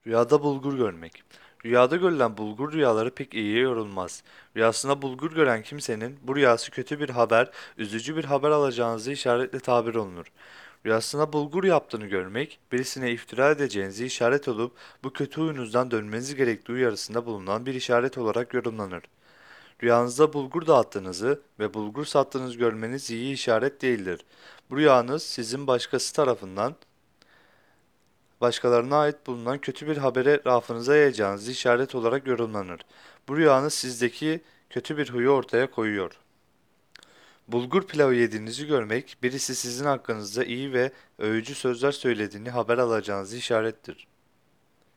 Rüyada bulgur görmek. Rüyada görülen bulgur rüyaları pek iyiye yorulmaz. Rüyasında bulgur gören kimsenin bu rüyası kötü bir haber, üzücü bir haber alacağınızı işaretle tabir olunur. Rüyasında bulgur yaptığını görmek, birisine iftira edeceğinizi işaret olup bu kötü huyunuzdan dönmeniz gerektiği uyarısında bulunan bir işaret olarak yorumlanır. Rüyanızda bulgur dağıttığınızı ve bulgur sattığınızı görmeniz iyi işaret değildir. Bu rüyanız sizin başkası tarafından başkalarına ait bulunan kötü bir habere rafınıza yayacağınız işaret olarak yorumlanır. Bu rüyanız sizdeki kötü bir huyu ortaya koyuyor. Bulgur pilavı yediğinizi görmek, birisi sizin hakkınızda iyi ve övücü sözler söylediğini haber alacağınız işarettir.